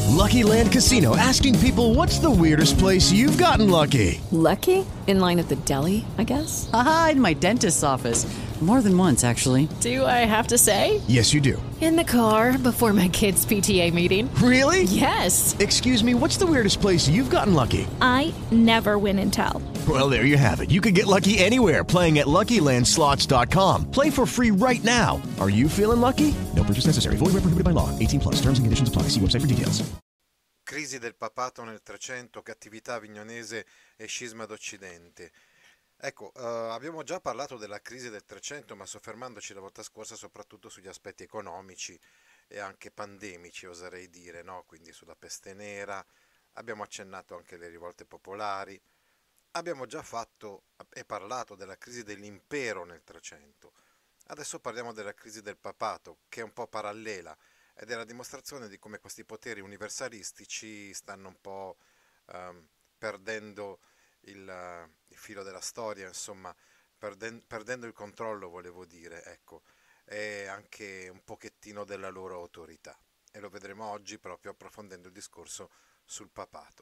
Lucky Land Casino, asking people, what's the weirdest place you've gotten lucky? Lucky? In line at the deli, I guess? Aha, in my dentist's office. More than once, actually. Do I have to say? Yes, you do. In the car before my kids' PTA meeting. Really? Yes. Excuse me, what's the weirdest place you've gotten lucky? I never win and tell. Well, there you have it. You can get lucky anywhere, playing at LuckyLandSlots.com. Play for free right now. Are you feeling lucky? No purchase necessary. Void where prohibited by law. 18 plus. Terms and conditions apply. See website for details. Crisi del papato nel Trecento, cattività avignonese e scisma d'Occidente. Ecco, abbiamo già parlato della crisi del Trecento, ma soffermandoci la volta scorsa soprattutto sugli aspetti economici e anche pandemici, oserei dire, no? Quindi sulla peste nera, abbiamo accennato anche alle rivolte popolari, abbiamo già fatto e parlato della crisi dell'impero nel Trecento. Adesso parliamo della crisi del papato, che è un po' parallela, ed è la dimostrazione di come questi poteri universalistici stanno un po' perdendo il filo della storia, insomma, perdendo il controllo, volevo dire, ecco, e anche un pochettino della loro autorità. E lo vedremo oggi proprio approfondendo il discorso sul papato.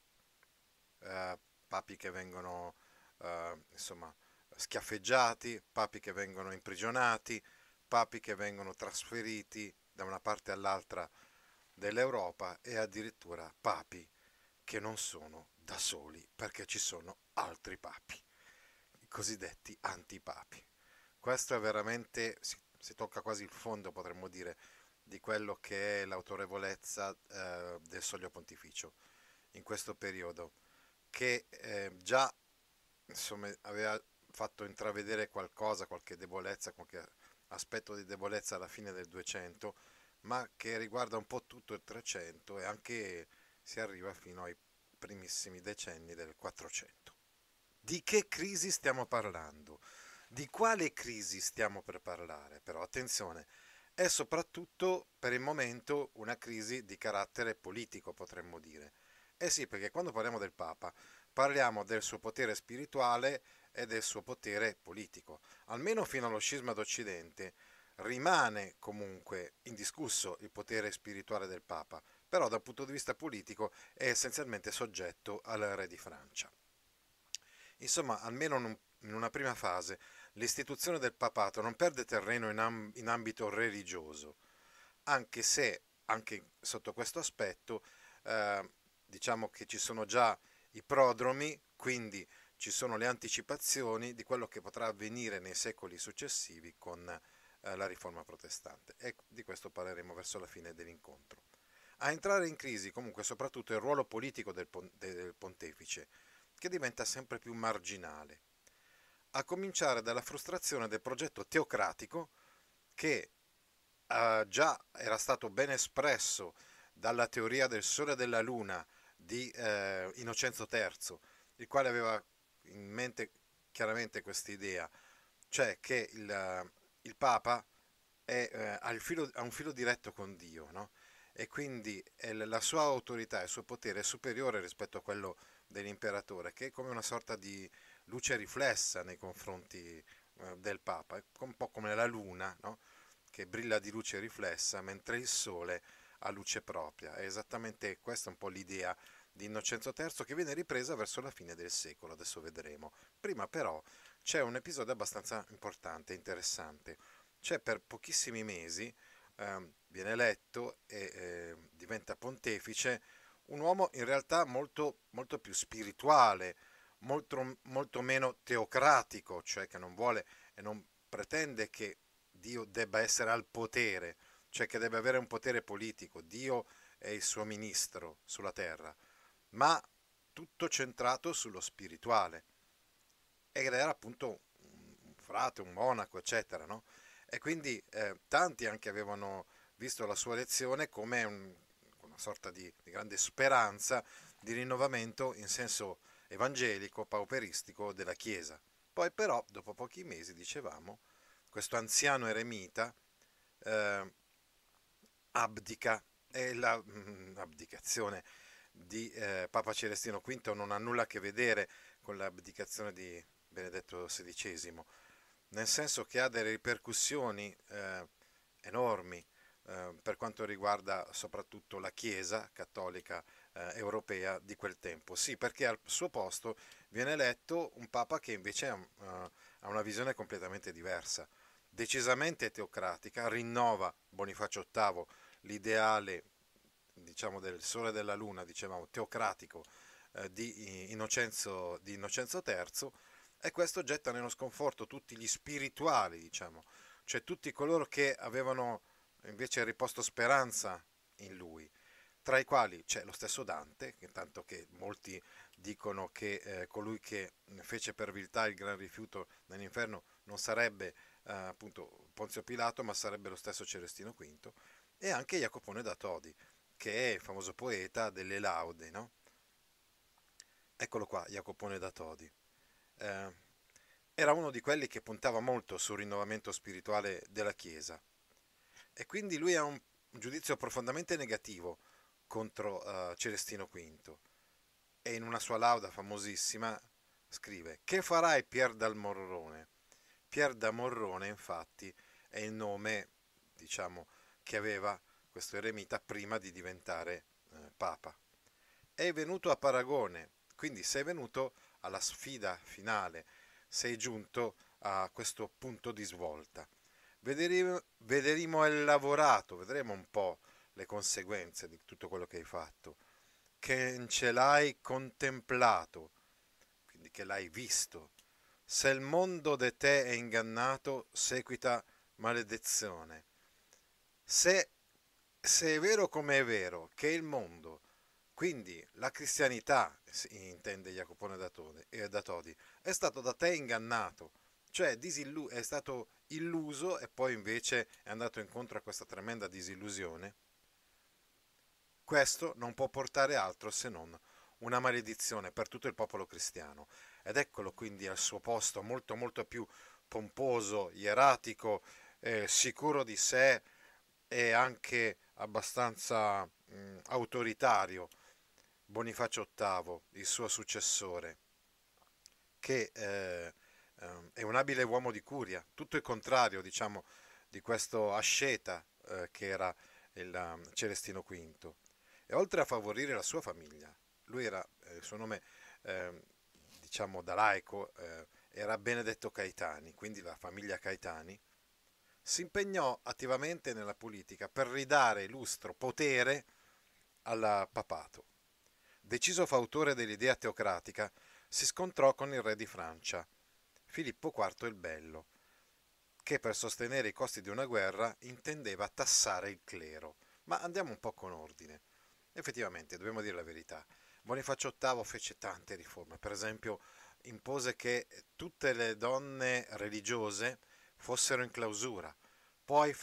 Papi che vengono, insomma, schiaffeggiati, papi che vengono imprigionati, papi che vengono trasferiti da una parte all'altra dell'Europa e addirittura papi che non sono da soli perché ci sono altri papi, i cosiddetti antipapi. Questo è veramente, si tocca quasi il fondo, potremmo dire, di quello che è l'autorevolezza del Soglio Pontificio in questo periodo, che già insomma aveva fatto intravedere qualcosa, qualche debolezza, qualche aspetto di debolezza alla fine del 200, ma che riguarda un po' tutto il 300 e anche si arriva fino ai primissimi decenni del 400. Di che crisi stiamo parlando? Di quale crisi stiamo per parlare? Però attenzione, è soprattutto per il momento una crisi di carattere politico, potremmo dire. Eh sì, perché quando parliamo del Papa parliamo del suo potere spirituale e del suo potere politico. Almeno fino allo scisma d'Occidente rimane comunque indiscusso il potere spirituale del Papa, però dal punto di vista politico è essenzialmente soggetto al re di Francia. Insomma, almeno in una prima fase, l'istituzione del papato non perde terreno in ambito religioso, anche se, anche sotto questo aspetto, diciamo che ci sono già i prodromi, quindi ci sono le anticipazioni di quello che potrà avvenire nei secoli successivi con la riforma protestante, e di questo parleremo verso la fine dell'incontro. A entrare in crisi comunque soprattutto il ruolo politico del pontefice, che diventa sempre più marginale, a cominciare dalla frustrazione del progetto teocratico che già era stato ben espresso dalla teoria del Sole e della Luna di Innocenzo III, il quale aveva in mente chiaramente questa idea, cioè che il Papa ha un filo diretto con Dio, no? E quindi la sua autorità e il suo potere è superiore rispetto a quello dell'imperatore, che è come una sorta di luce riflessa nei confronti del Papa, è un po' come la Luna, no? Che brilla di luce riflessa, mentre il Sole ha luce propria. È esattamente questa un po' l'idea di Innocenzo III, che viene ripresa verso la fine del secolo, adesso vedremo. Prima però c'è un episodio abbastanza importante e interessante. C'è per pochissimi mesi, viene eletto e diventa pontefice un uomo in realtà molto, molto più spirituale, molto, molto meno teocratico, cioè che non vuole e non pretende che Dio debba essere al potere, cioè che debba avere un potere politico, Dio è il suo ministro sulla terra, ma tutto centrato sullo spirituale. Ed era appunto un frate, un monaco, eccetera, no? E quindi tanti anche avevano visto la sua elezione come una sorta di grande speranza di rinnovamento in senso evangelico, pauperistico della Chiesa. Poi però, dopo pochi mesi, dicevamo, questo anziano eremita abdica, e l'abdicazione di Papa Celestino V non ha nulla a che vedere con l'abdicazione di Benedetto XVI, nel senso che ha delle ripercussioni enormi per quanto riguarda soprattutto la Chiesa cattolica europea di quel tempo. Sì, perché al suo posto viene eletto un papa che invece ha una visione completamente diversa, decisamente teocratica, rinnova Bonifacio VIII l'ideale, diciamo, del sole e della luna, dicevamo, teocratico di Innocenzo III, e questo getta nello sconforto tutti gli spirituali, diciamo, cioè tutti coloro che avevano invece riposto speranza in lui, tra i quali c'è lo stesso Dante, che tanto che molti dicono che colui che fece per viltà il gran rifiuto nell'inferno non sarebbe appunto Ponzio Pilato, ma sarebbe lo stesso Celestino V, e anche Jacopone da Todi, che è il famoso poeta delle laude, no? Eccolo qua, Jacopone da Todi. Eh, Era uno di quelli che puntava molto sul rinnovamento spirituale della Chiesa, e quindi lui ha un giudizio profondamente negativo contro Celestino V, e in una sua lauda famosissima scrive: «Che farai Pier dal Morrone?» Pier da Morrone, infatti, è il nome, diciamo, che aveva questo eremita prima di diventare papa. È venuto a paragone, quindi sei venuto alla sfida finale, sei giunto a questo punto di svolta. Vedremo il lavorato, vedremo un po' le conseguenze di tutto quello che hai fatto, che ce l'hai contemplato, quindi che l'hai visto. Se il mondo de te è ingannato, seguita maledizione. Se è vero come è vero che il mondo, quindi la cristianità, si intende Jacopone da Todi, è stato da te ingannato, cioè è stato illuso, e poi invece è andato incontro a questa tremenda disillusione, questo non può portare altro se non una maledizione per tutto il popolo cristiano. Ed eccolo quindi al suo posto, molto molto più pomposo, ieratico, sicuro di sé e anche abbastanza autoritario, Bonifacio VIII, il suo successore, che è un abile uomo di curia, tutto il contrario, diciamo, di questo asceta che era il Celestino V. E oltre a favorire la sua famiglia, lui era, il suo nome, diciamo da laico, era Benedetto Caetani, quindi la famiglia Caetani, si impegnò attivamente nella politica per ridare lustro, potere al papato. Deciso fautore dell'idea teocratica, si scontrò con il re di Francia, Filippo IV il Bello, che per sostenere i costi di una guerra intendeva tassare il clero. Ma andiamo un po' con ordine. Effettivamente, dobbiamo dire la verità, Bonifacio VIII fece tante riforme. Per esempio, impose che tutte le donne religiose fossero in clausura. Poi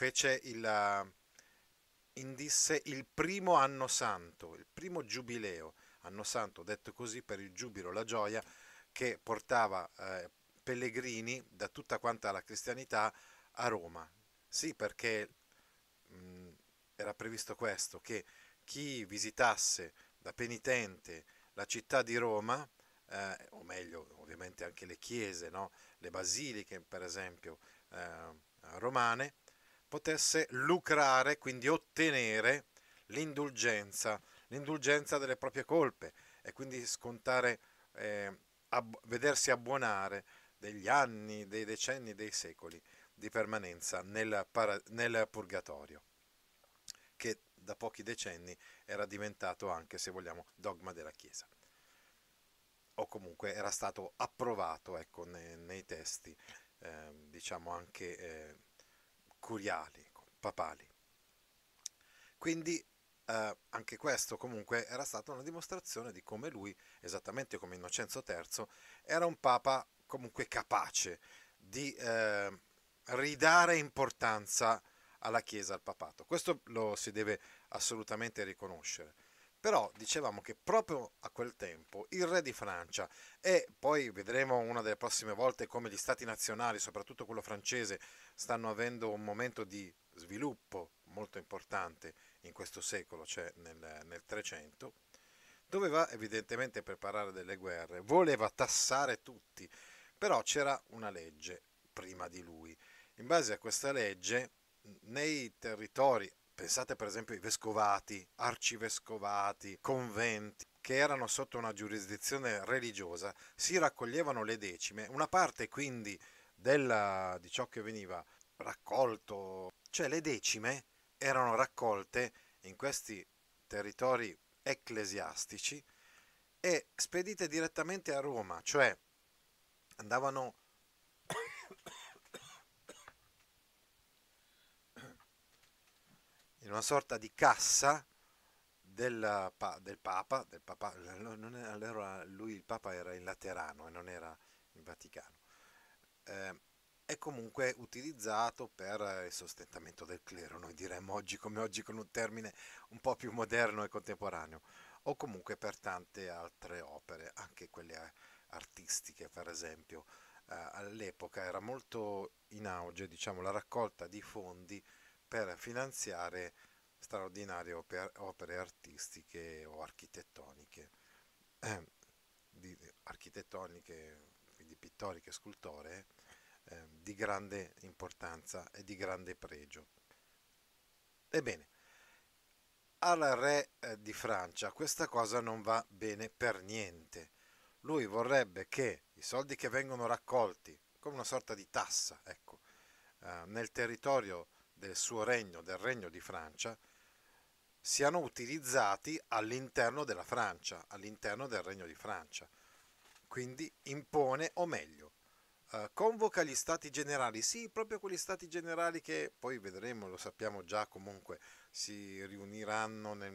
indisse il primo anno santo, il primo giubileo, anno santo detto così per il giubilo, la gioia, che portava pellegrini da tutta quanta la cristianità a Roma. Sì, perché era previsto questo, che chi visitasse da penitente la città di Roma, o meglio ovviamente anche le chiese, no? Le basiliche per esempio romane, potesse lucrare, quindi ottenere l'indulgenza delle proprie colpe, e quindi scontare, vedersi abbonare degli anni, dei decenni, dei secoli di permanenza nel purgatorio, che da pochi decenni era diventato anche, se vogliamo, dogma della Chiesa, o comunque era stato approvato, ecco, nei testi, diciamo anche curiali, papali. Quindi anche questo comunque era stata una dimostrazione di come lui, esattamente come Innocenzo III, era un papa comunque capace di ridare importanza alla Chiesa, al papato. Questo lo si deve assolutamente riconoscere. Però dicevamo che proprio a quel tempo il re di Francia, e poi vedremo una delle prossime volte come gli stati nazionali, soprattutto quello francese, stanno avendo un momento di sviluppo molto importante in questo secolo, cioè nel 300, doveva evidentemente preparare delle guerre, voleva tassare tutti, però c'era una legge prima di lui. In base a questa legge, nei territori Pensate per esempio ai vescovati, arcivescovati, conventi, che erano sotto una giurisdizione religiosa, si raccoglievano le decime, una parte quindi di ciò che veniva raccolto, cioè le decime erano raccolte in questi territori ecclesiastici e spedite direttamente a Roma, cioè andavano in una sorta di cassa del Papa, non era, allora lui il Papa era in Laterano e non era in Vaticano, è comunque utilizzato per il sostentamento del clero, noi diremmo oggi come oggi con un termine un po' più moderno e contemporaneo, o comunque per tante altre opere, anche quelle artistiche per esempio. All'epoca era molto in auge, diciamo, la raccolta di fondi per finanziare straordinarie opere artistiche o architettoniche, eh, architettoniche, quindi pittoriche, scultoree, di grande importanza e di grande pregio. Ebbene, al re di Francia questa cosa non va bene per niente. Lui vorrebbe che i soldi che vengono raccolti, come una sorta di tassa, ecco, nel territorio del suo regno, del regno di Francia, siano utilizzati all'interno della Francia, all'interno del regno di Francia. Quindi impone, o meglio, convoca gli stati generali, sì, proprio quegli stati generali che poi vedremo, lo sappiamo già comunque, si riuniranno nel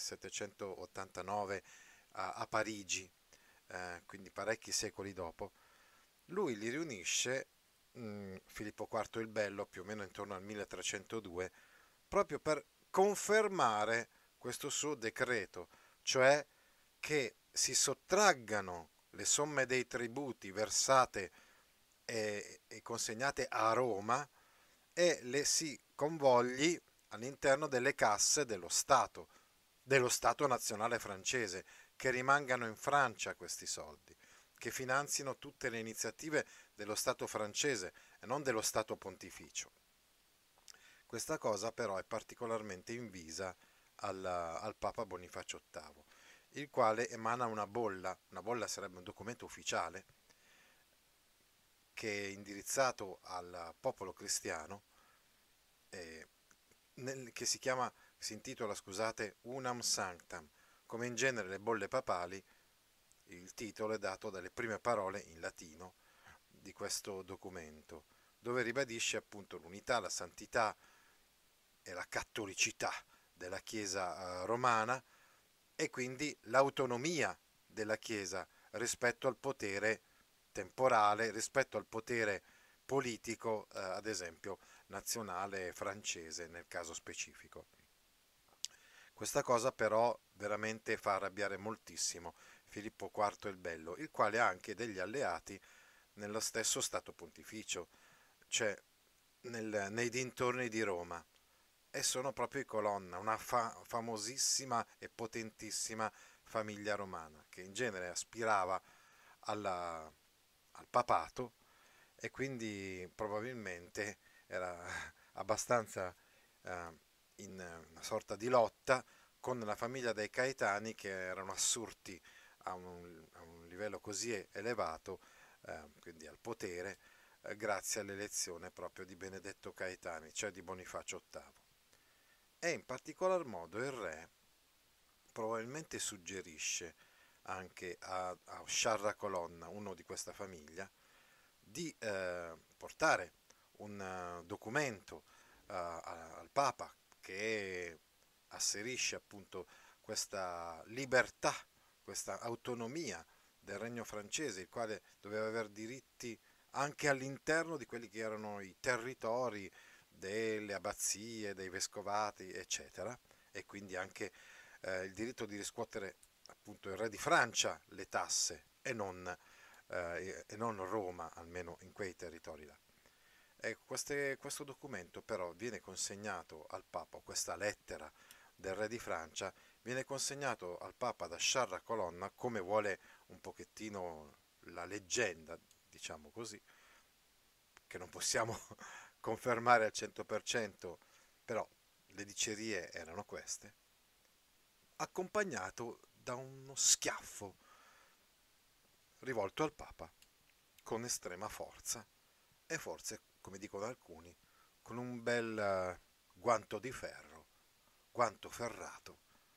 1789 a Parigi, quindi parecchi secoli dopo. Lui li riunisce, Filippo IV il Bello, più o meno intorno al 1302, proprio per confermare questo suo decreto, cioè che si sottraggano le somme dei tributi versate e consegnate a Roma e le si convogli all'interno delle casse dello Stato nazionale francese, che rimangano in Francia questi soldi, che finanzino tutte le iniziative dello Stato francese e non dello Stato pontificio. Questa cosa però è particolarmente invisa al Papa Bonifacio VIII, il quale emana una bolla sarebbe un documento ufficiale, che è indirizzato al popolo cristiano, che si intitola, scusate, Unam Sanctam. Come in genere le bolle papali, il titolo è dato dalle prime parole in latino di questo documento, dove ribadisce appunto l'unità, la santità e la cattolicità della Chiesa romana e quindi l'autonomia della Chiesa rispetto al potere temporale, rispetto al potere politico, ad esempio nazionale francese nel caso specifico. Questa cosa però veramente fa arrabbiare moltissimo Filippo IV il Bello, il quale ha anche degli alleati nello stesso Stato Pontificio, cioè nei dintorni di Roma, e sono proprio i Colonna, una famosissima e potentissima famiglia romana, che in genere aspirava al papato e quindi probabilmente era abbastanza in una sorta di lotta con la famiglia dei Caetani, che erano assurti a un livello così elevato, quindi al potere, grazie all'elezione proprio di Benedetto Caetani, cioè di Bonifacio VIII. E in particolar modo il re probabilmente suggerisce anche a Sciarra Colonna, uno di questa famiglia, di portare un documento al Papa che asserisce appunto questa libertà, questa autonomia del regno francese, il quale doveva avere diritti anche all'interno di quelli che erano i territori delle abbazie, dei vescovati, eccetera, e quindi anche il diritto di riscuotere appunto il re di Francia le tasse e non Roma, almeno in quei territori là. Questo documento però viene consegnato al Papa, questa lettera del re di Francia viene consegnato al Papa da Sciarra Colonna, come vuole un pochettino la leggenda, diciamo così, che non possiamo confermare al 100%, però le dicerie erano queste, accompagnato da uno schiaffo rivolto al Papa con estrema forza e forse, come dicono alcuni, con un bel guanto di ferro, guanto ferrato,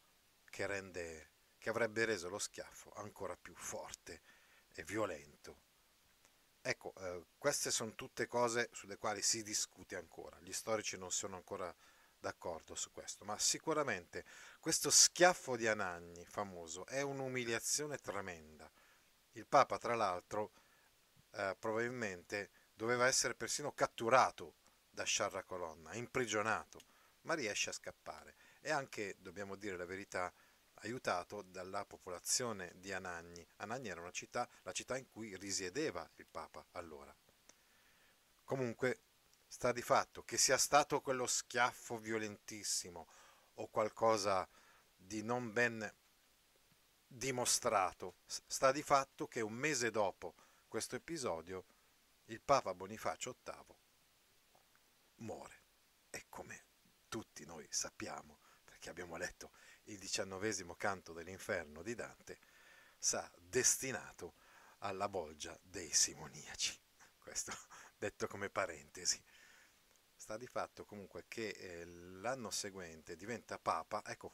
che avrebbe reso lo schiaffo ancora più forte e violento. Ecco, queste sono tutte cose sulle quali si discute ancora, gli storici non sono ancora d'accordo su questo, ma sicuramente questo schiaffo di Anagni famoso è un'umiliazione tremenda. Il Papa, tra l'altro, probabilmente doveva essere persino catturato da Sciarra Colonna, imprigionato, ma riesce a scappare e anche, dobbiamo dire la verità, aiutato dalla popolazione di Anagni. Anagni era la città in cui risiedeva il Papa allora. Comunque sta di fatto che sia stato quello schiaffo violentissimo o qualcosa di non ben dimostrato, sta di fatto che un mese dopo questo episodio il Papa Bonifacio VIII muore. E come tutti noi sappiamo, perché abbiamo letto il 19° canto dell'Inferno di Dante, sarà destinato alla bolgia dei simoniaci. Questo detto come parentesi. Sta di fatto comunque che l'anno seguente diventa Papa, ecco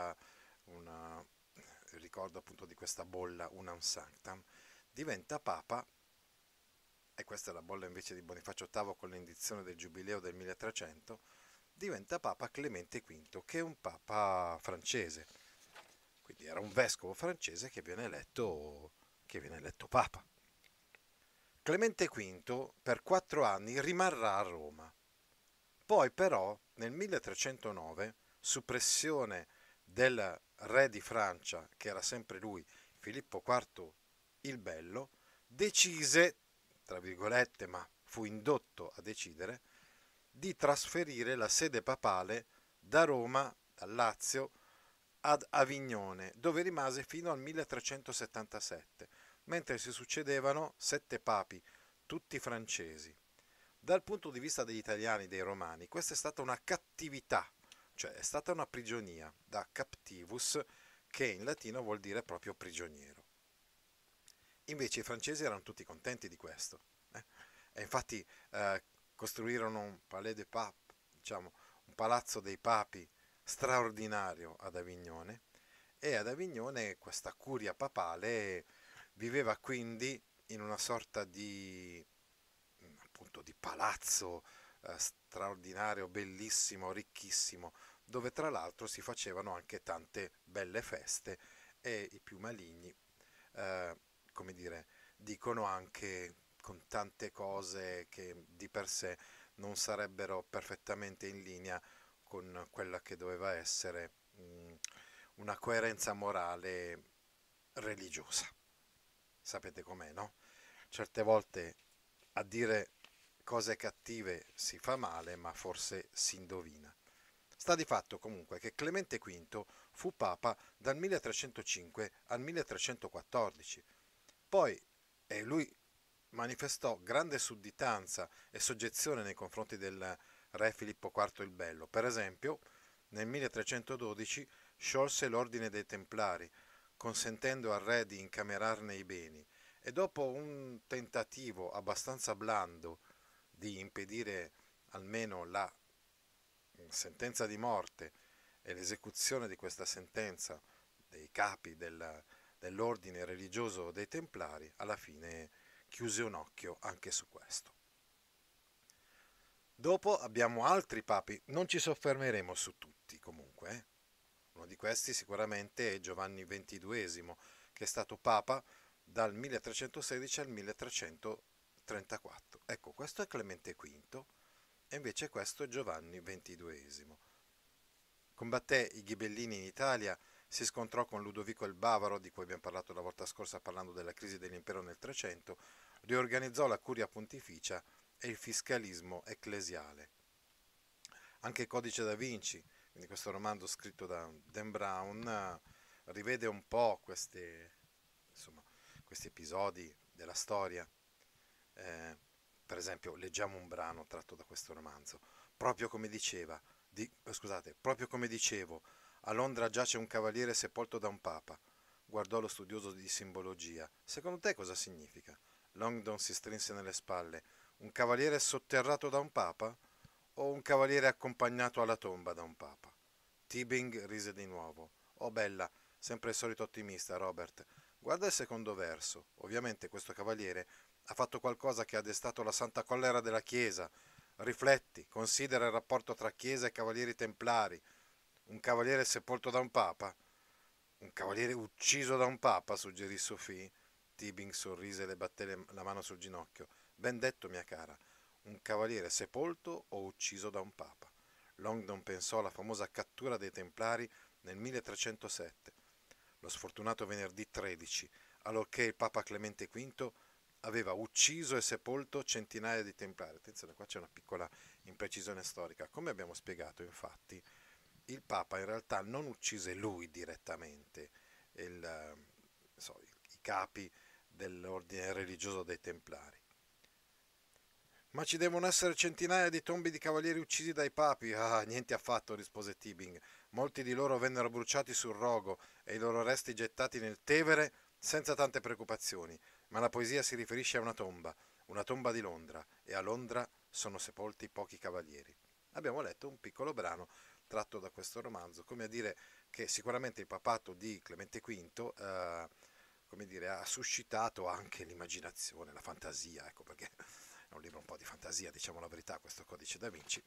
il ricordo appunto di questa bolla Unam Sanctam, diventa Papa, e questa è la bolla invece di Bonifacio VIII con l'indizione del Giubileo del 1300, diventa Papa Clemente V, che è un Papa francese, quindi era un vescovo francese che viene eletto Papa. Clemente V per 4 anni rimarrà a Roma, poi però nel 1309, su pressione del re di Francia, che era sempre lui, Filippo IV il Bello, decise, tra virgolette, ma fu indotto a decidere, di trasferire la sede papale da Roma, dal Lazio, ad Avignone, dove rimase fino al 1377, mentre si succedevano 7 papi, tutti francesi. Dal punto di vista degli italiani, dei romani, questa è stata una cattività, cioè è stata una prigionia, da captivus, che in latino vuol dire proprio prigioniero. Invece i francesi erano tutti contenti di questo, e infatti costruirono un Palais des Papes, diciamo un palazzo dei papi straordinario ad Avignone, e ad Avignone questa curia papale viveva quindi in una sorta di appunto di palazzo straordinario, bellissimo, ricchissimo, dove tra l'altro si facevano anche tante belle feste e i più maligni, come dire, dicono anche con tante cose che di per sé non sarebbero perfettamente in linea con quella che doveva essere una coerenza morale religiosa. Sapete com'è, no? Certe volte a dire cose cattive si fa male, ma forse si indovina. Sta di fatto comunque che Clemente V fu papa dal 1305 al 1314. Poi lui manifestò grande sudditanza e soggezione nei confronti del re Filippo IV il Bello. Per esempio, nel 1312 sciolse l'ordine dei Templari, consentendo al re di incamerarne i beni, e dopo un tentativo abbastanza blando di impedire almeno la sentenza di morte e l'esecuzione di questa sentenza dei capi dell'ordine religioso dei Templari, alla fine chiuse un occhio anche su questo. Dopo abbiamo altri papi, non ci soffermeremo su tutti comunque. Uno di questi sicuramente è Giovanni XXII, che è stato papa dal 1316 al 1334. Ecco, questo è Clemente V e invece questo è Giovanni XXII. Combatté i ghibellini in Italia, si scontrò con Ludovico il Bavaro, di cui abbiamo parlato la volta scorsa parlando della crisi dell'impero nel 300, riorganizzò la curia pontificia e il fiscalismo ecclesiale. Anche il Codice da Vinci, quindi questo romanzo scritto da Dan Brown, rivede un po' questi episodi della storia. Per esempio, leggiamo un brano tratto da questo romanzo. Proprio come diceva, Proprio come dicevo, a Londra giace un cavaliere sepolto da un papa. Guardò lo studioso di simbologia. Secondo te cosa significa? Langdon si strinse nelle spalle. Un cavaliere sotterrato da un papa? O un cavaliere accompagnato alla tomba da un papa? Tibing rise di nuovo. Oh bella, sempre il solito ottimista, Robert. Guarda il secondo verso. Ovviamente questo cavaliere ha fatto qualcosa che ha destato la santa collera della Chiesa. Rifletti, considera il rapporto tra Chiesa e cavalieri templari. Un cavaliere sepolto da un papa? Un cavaliere ucciso da un papa, suggerì Sophie. Tibing sorrise e le batté la mano sul ginocchio. Ben detto, mia cara. Un cavaliere sepolto o ucciso da un papa? Langdon pensò alla famosa cattura dei Templari nel 1307, lo sfortunato venerdì 13, allorché il Papa Clemente V aveva ucciso e sepolto centinaia di Templari. Attenzione, qua c'è una piccola imprecisione storica. Come abbiamo spiegato, infatti, il Papa in realtà non uccise lui direttamente i capi dell'ordine religioso dei Templari. Ma ci devono essere centinaia di tombe di cavalieri uccisi dai papi. Ah, niente affatto, rispose Tibing. Molti di loro vennero bruciati sul rogo e i loro resti gettati nel Tevere senza tante preoccupazioni. Ma la poesia si riferisce a una tomba di Londra, e a Londra sono sepolti pochi cavalieri. Abbiamo letto un piccolo brano tratto da questo romanzo, come a dire che sicuramente il papato di Clemente V ha suscitato anche l'immaginazione, la fantasia, ecco perché è un libro un po' di fantasia, diciamo la verità, questo Codice da Vinci,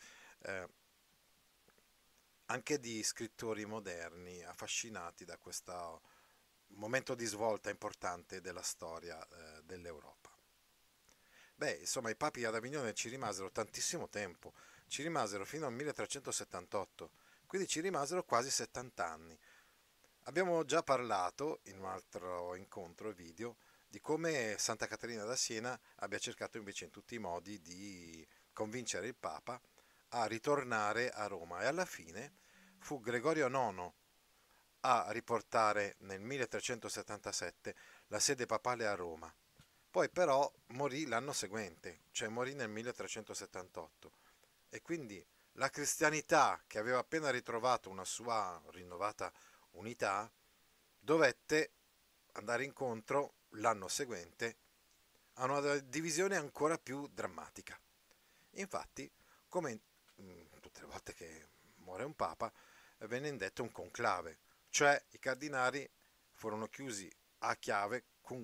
anche di scrittori moderni affascinati da questo momento di svolta importante della storia dell'Europa. Beh, insomma, i papi ad Avignone ci rimasero tantissimo tempo, ci rimasero fino al 1378, quindi ci rimasero quasi 70 anni. Abbiamo già parlato in un altro incontro video di come Santa Caterina da Siena abbia cercato invece in tutti i modi di convincere il Papa a ritornare a Roma, e alla fine fu Gregorio IX a riportare nel 1377 la sede papale a Roma. Poi però morì l'anno seguente, cioè morì nel 1378, e quindi la cristianità, che aveva appena ritrovato una sua rinnovata unità, dovette andare incontro l'anno seguente a una divisione ancora più drammatica. Infatti, come tutte le volte che muore un papa, venne indetto un conclave, cioè i cardinali furono chiusi a chiave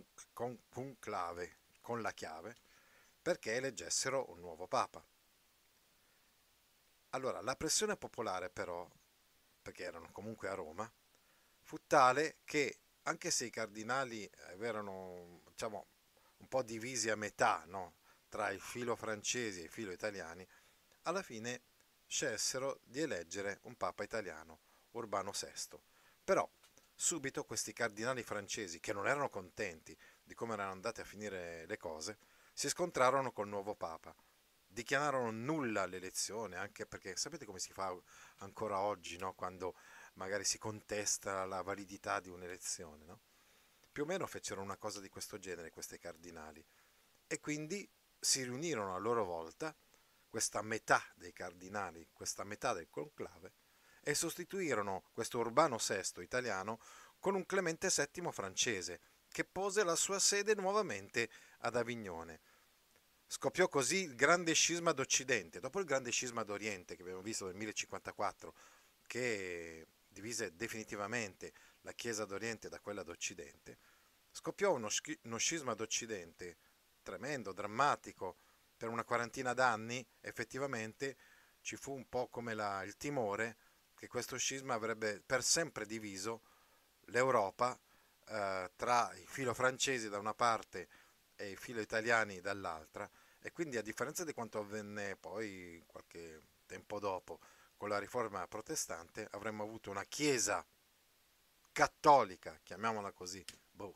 con la chiave, perché eleggessero un nuovo papa. Allora, la pressione popolare però, perché erano comunque a Roma, fu tale che, anche se i cardinali erano, diciamo, un po' divisi a metà, no? Tra il filo francesi e il filo italiani, alla fine scelsero di eleggere un papa italiano, Urbano VI. Però subito questi cardinali francesi, che non erano contenti di come erano andate a finire le cose, si scontrarono col nuovo papa. Dichiararono nulla l'elezione, anche perché sapete come si fa ancora oggi, no? Quando magari si contesta la validità di un'elezione, no? Più o meno fecero una cosa di questo genere questi cardinali, e quindi si riunirono a loro volta, questa metà dei cardinali, questa metà del conclave, e sostituirono questo Urbano VI italiano con un Clemente VII francese, che pose la sua sede nuovamente ad Avignone. Scoppiò così il grande scisma d'Occidente, dopo il grande scisma d'Oriente che abbiamo visto nel 1054, che divise definitivamente la Chiesa d'Oriente da quella d'Occidente. Scoppiò uno scisma d'Occidente tremendo, drammatico, per una quarantina d'anni. Effettivamente ci fu un po' come il timore che questo scisma avrebbe per sempre diviso l'Europa tra i filo francesi da una parte e i filo italiani dall'altra, e quindi, a differenza di quanto avvenne poi qualche tempo dopo con la riforma protestante, avremmo avuto una Chiesa cattolica, chiamiamola così,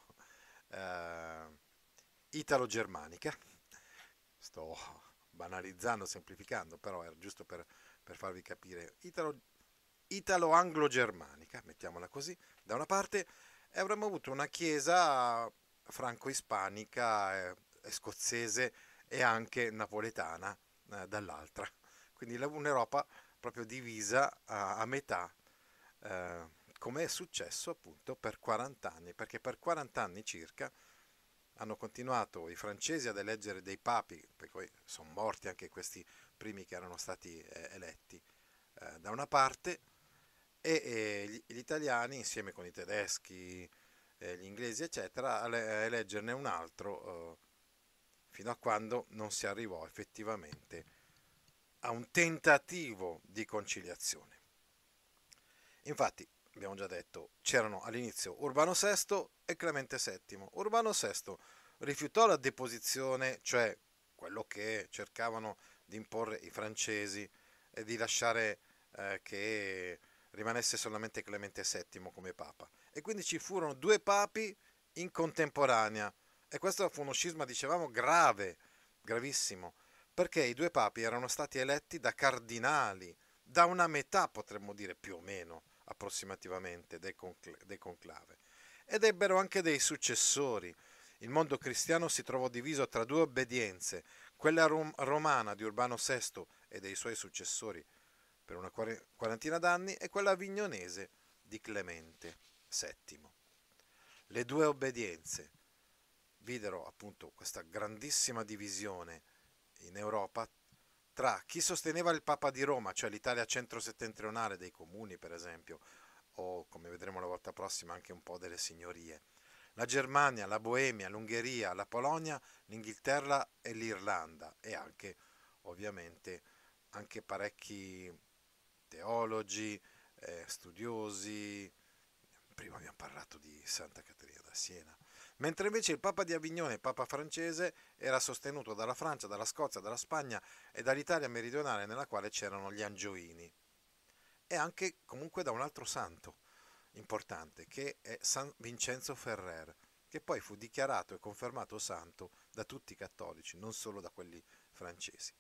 italo-germanica. Sto banalizzando, semplificando, però era giusto per farvi capire. Italo-anglo-germanica, mettiamola così, da una parte, e avremmo avuto una Chiesa franco-ispanica, scozzese e anche napoletana dall'altra. Quindi un'Europa proprio divisa a metà, come è successo appunto per 40 anni, perché per 40 anni circa hanno continuato i francesi ad eleggere dei papi, poi sono morti anche questi primi che erano stati eletti da una parte, e gli italiani insieme con i tedeschi, gli inglesi eccetera, a eleggerne un altro, fino a quando non si arrivò effettivamente a un tentativo di conciliazione. Infatti, abbiamo già detto, c'erano all'inizio Urbano VI e Clemente VII. Urbano VI rifiutò la deposizione, cioè quello che cercavano di imporre i francesi, e di lasciare che rimanesse solamente Clemente VII come papa. E quindi ci furono due papi in contemporanea. E questo fu uno scisma, dicevamo, grave, gravissimo, perché i due papi erano stati eletti da cardinali, da una metà, potremmo dire più o meno, approssimativamente, del conclave. Ed ebbero anche dei successori. Il mondo cristiano si trovò diviso tra due obbedienze, quella romana di Urbano VI e dei suoi successori per una quarantina d'anni, e quella avignonese di Clemente VII. Le due obbedienze videro appunto questa grandissima divisione in Europa tra chi sosteneva il Papa di Roma, cioè l'Italia centro-settentrionale dei comuni per esempio, o come vedremo la volta prossima anche un po' delle signorie, la Germania, la Boemia, l'Ungheria, la Polonia, l'Inghilterra e l'Irlanda, e anche ovviamente anche parecchi teologi, studiosi. Prima abbiamo parlato di Santa Caterina da Siena. Mentre invece il Papa di Avignone, il Papa francese, era sostenuto dalla Francia, dalla Scozia, dalla Spagna e dall'Italia meridionale, nella quale c'erano gli Angioini, e anche comunque da un altro santo importante, che è San Vincenzo Ferrer, che poi fu dichiarato e confermato santo da tutti i cattolici, non solo da quelli francesi.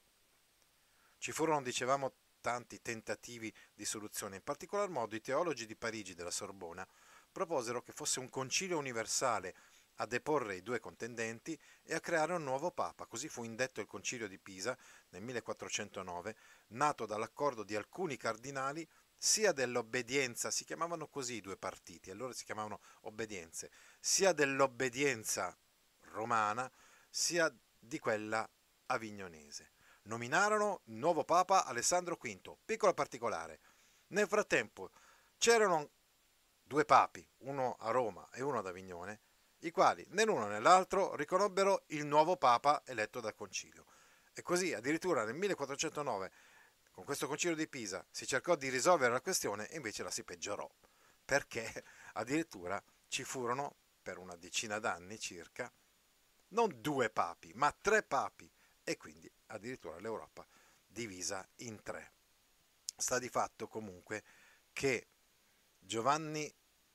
Ci furono, dicevamo, tanti tentativi di soluzione, in particolar modo i teologi di Parigi della Sorbona proposero che fosse un concilio universale a deporre i due contendenti e a creare un nuovo papa. Così fu indetto il concilio di Pisa nel 1409, nato dall'accordo di alcuni cardinali sia dell'obbedienza, si chiamavano così i due partiti, allora si chiamavano obbedienze, sia dell'obbedienza romana sia di quella avignonese. Nominarono il nuovo papa Alessandro V. Piccolo particolare: nel frattempo c'erano due papi, uno a Roma e uno ad Avignone, i quali né l'uno né l'altro riconobbero il nuovo papa eletto dal concilio. E così addirittura nel 1409, con questo concilio di Pisa, si cercò di risolvere la questione e invece la si peggiorò, perché addirittura ci furono, per una decina d'anni circa, non due papi, ma tre papi, e quindi addirittura l'Europa divisa in tre. Sta di fatto comunque che Giovanni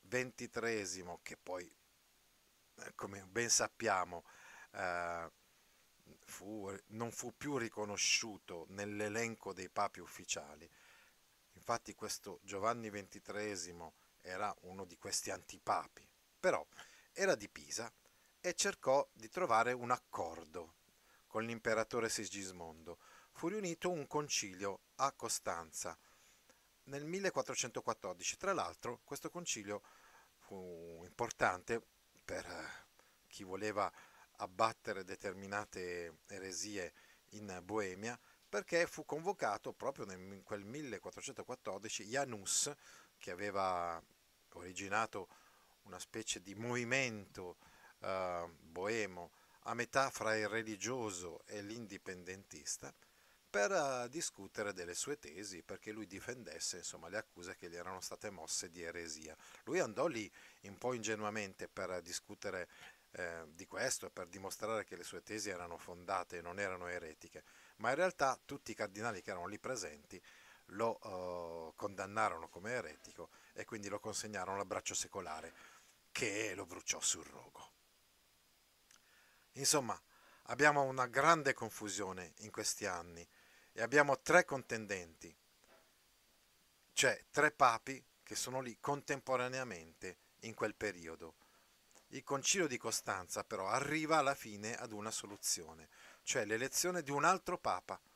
XXIII, che poi, come ben sappiamo, non fu più riconosciuto nell'elenco dei papi ufficiali. Infatti questo Giovanni XXIII era uno di questi antipapi, però era di Pisa e cercò di trovare un accordo con l'imperatore Sigismondo. Fu riunito un concilio a Costanza nel 1414. Tra l'altro questo concilio fu importante per chi voleva abbattere determinate eresie in Boemia, perché fu convocato proprio in quel 1414 Janus, che aveva originato una specie di movimento boemo a metà fra il religioso e l'indipendentista, per discutere delle sue tesi, perché lui difendesse insomma le accuse che gli erano state mosse di eresia. Lui andò lì un po' ingenuamente per discutere di questo e per dimostrare che le sue tesi erano fondate e non erano eretiche, ma in realtà tutti i cardinali che erano lì presenti lo condannarono come eretico e quindi lo consegnarono al braccio secolare, che lo bruciò sul rogo. Insomma, abbiamo una grande confusione in questi anni e abbiamo tre contendenti, cioè tre papi che sono lì contemporaneamente in quel periodo. Il concilio di Costanza però arriva alla fine ad una soluzione, cioè l'elezione di un altro papa,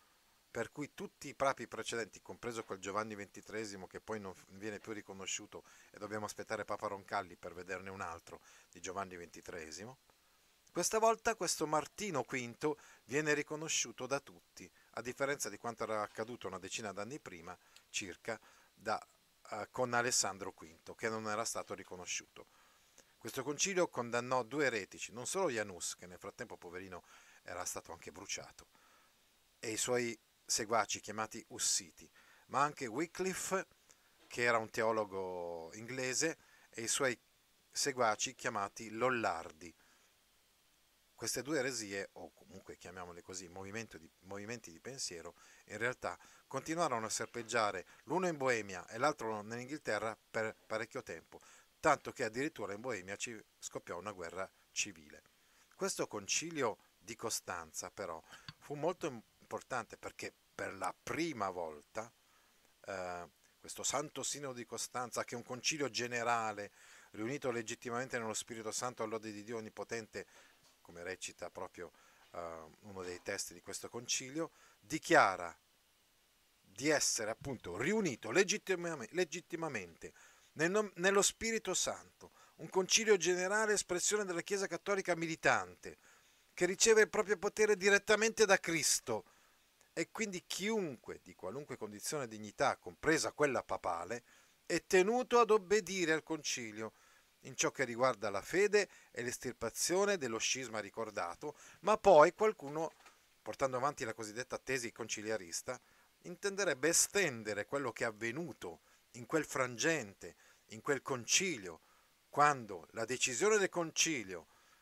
per cui tutti i papi precedenti, compreso quel Giovanni XXIII che poi non viene più riconosciuto e dobbiamo aspettare Papa Roncalli per vederne un altro di Giovanni XXIII, questa volta questo Martino V viene riconosciuto da tutti, a differenza di quanto era accaduto una decina d'anni prima circa con Alessandro V, che non era stato riconosciuto. Questo concilio condannò 2 eretici, non solo Janus, che nel frattempo poverino era stato anche bruciato, e i suoi seguaci chiamati Ussiti, ma anche Wycliffe, che era un teologo inglese, e i suoi seguaci chiamati Lollardi. Queste 2 eresie, o comunque chiamiamole così, movimenti di pensiero, in realtà continuarono a serpeggiare l'uno in Boemia e l'altro nell'Inghilterra per parecchio tempo, tanto che addirittura in Boemia ci scoppiò una guerra civile. Questo concilio di Costanza, però, fu molto importante perché per la prima volta questo Santo Sinodo di Costanza, che è un concilio generale riunito legittimamente nello Spirito Santo all'ode di Dio Onnipotente, come recita proprio uno dei testi di questo concilio, dichiara di essere appunto riunito legittimamente nello Spirito Santo, un concilio generale espressione della Chiesa Cattolica militante, che riceve il proprio potere direttamente da Cristo, e quindi chiunque di qualunque condizione e dignità, compresa quella papale, è tenuto ad obbedire al concilio in ciò che riguarda la fede e l'estirpazione dello scisma ricordato, ma poi qualcuno, portando avanti la cosiddetta tesi conciliarista, intenderebbe estendere quello che è avvenuto in quel frangente, in quel concilio, quando la decisione del concilio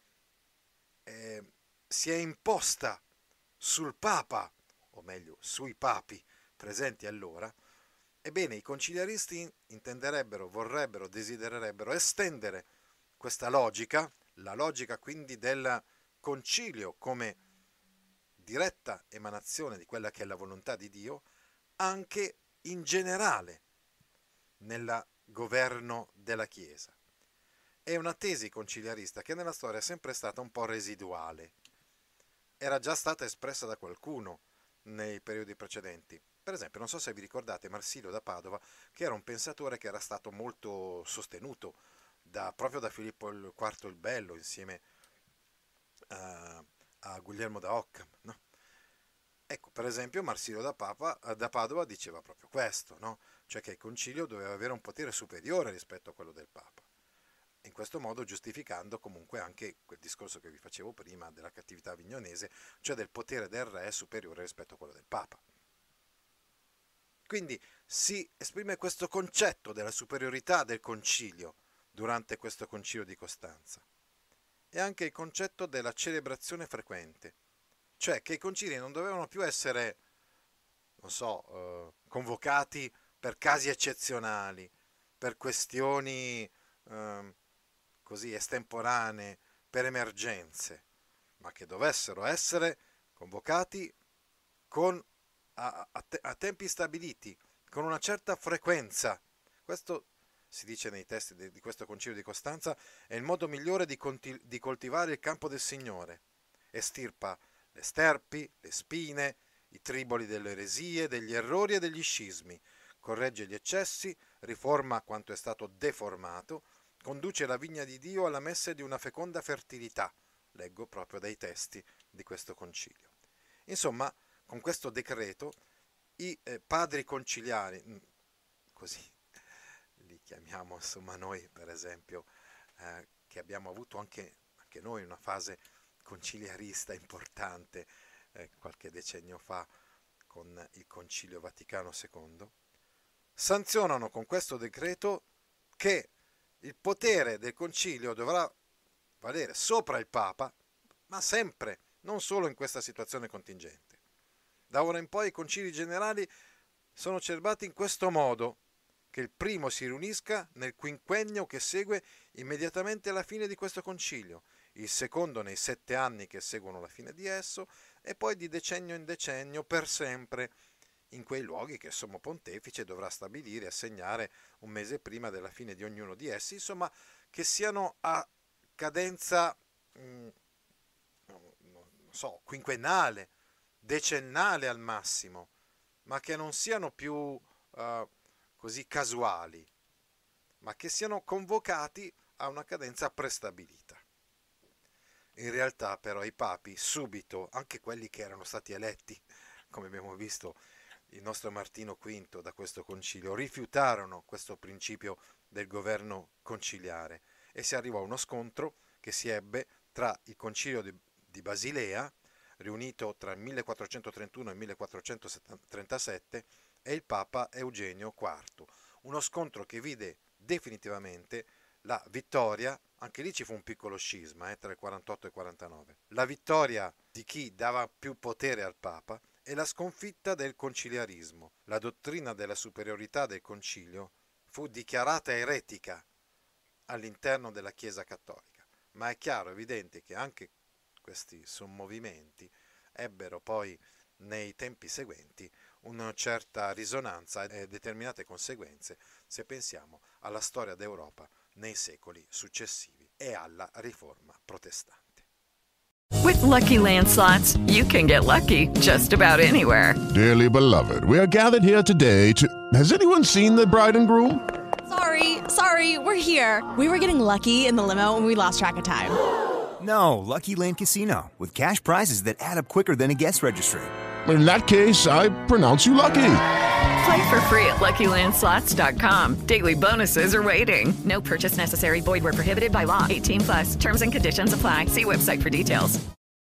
si è imposta sul Papa, o meglio sui papi presenti allora. Ebbene, i conciliaristi intenderebbero, vorrebbero, desidererebbero estendere questa logica, la logica quindi del concilio come diretta emanazione di quella che è la volontà di Dio, anche in generale nel governo della Chiesa. È una tesi conciliarista che nella storia è sempre stata un po' residuale. Era già stata espressa da qualcuno nei periodi precedenti. Per esempio, non so se vi ricordate Marsilio da Padova, che era un pensatore che era stato molto sostenuto proprio da Filippo IV il Bello, insieme a Guglielmo da Occam, no? Ecco, per esempio, Marsilio da Padova diceva proprio questo, no? Cioè che il concilio doveva avere un potere superiore rispetto a quello del Papa. In questo modo giustificando comunque anche quel discorso che vi facevo prima della cattività avignonese, cioè del potere del re superiore rispetto a quello del Papa. Quindi si esprime questo concetto della superiorità del concilio durante questo concilio di Costanza, e anche il concetto della celebrazione frequente, cioè che i concili non dovevano più essere, non so, convocati per casi eccezionali, per questioni così estemporanee, per emergenze, ma che dovessero essere convocati a tempi stabiliti, con una certa frequenza. Questo si dice nei testi di questo concilio di Costanza, è il modo migliore di coltivare il campo del Signore. Estirpa le sterpi, le spine, i triboli delle eresie, degli errori e degli scismi, corregge gli eccessi, riforma quanto è stato deformato, conduce la vigna di Dio alla messe di una feconda fertilità. Leggo proprio dai testi di questo concilio. Insomma, con questo decreto i padri conciliari, così li chiamiamo insomma noi per esempio, che abbiamo avuto anche noi una fase conciliarista importante qualche decennio fa con il Concilio Vaticano II, sanzionano con questo decreto che il potere del concilio dovrà valere sopra il Papa, ma sempre, non solo in questa situazione contingente. Da ora in poi i concili generali sono celebrati in questo modo: che il primo si riunisca nel quinquennio che segue immediatamente alla fine di questo concilio, il secondo nei 7 anni che seguono la fine di esso, e poi di decennio in decennio per sempre in quei luoghi che il Sommo Pontefice dovrà stabilire e assegnare un mese prima della fine di ognuno di essi, insomma che siano a cadenza non so, quinquennale, decennale al massimo, ma che non siano più così casuali, ma che siano convocati a una cadenza prestabilita. In realtà però i papi subito, anche quelli che erano stati eletti, come abbiamo visto il nostro Martino V da questo concilio, rifiutarono questo principio del governo conciliare e si arrivò a uno scontro che si ebbe tra il concilio di Basilea, riunito tra il 1431 e il 1437, e il Papa Eugenio IV. Uno scontro che vide definitivamente la vittoria, anche lì ci fu un piccolo scisma tra il 48 e il 49, la vittoria di chi dava più potere al Papa e la sconfitta del conciliarismo. La dottrina della superiorità del concilio fu dichiarata eretica all'interno della Chiesa cattolica, ma è chiaro, evidente che anche questi sommovimenti ebbero poi nei tempi seguenti una certa risonanza e determinate conseguenze se pensiamo alla storia d'Europa nei secoli successivi e alla riforma protestante. With Lucky Land Slots, you can get lucky just about anywhere. Dearly beloved, we are gathered here today to... Has anyone seen the bride and groom? Sorry, we're here. We were getting lucky in the limo and we lost track of time. No, Lucky Land Casino, with cash prizes that add up quicker than a guest registry. In that case, I pronounce you lucky. Play for free at LuckyLandSlots.com. Daily bonuses are waiting. No purchase necessary. Void where prohibited by law. 18+. Terms and conditions apply. See website for details.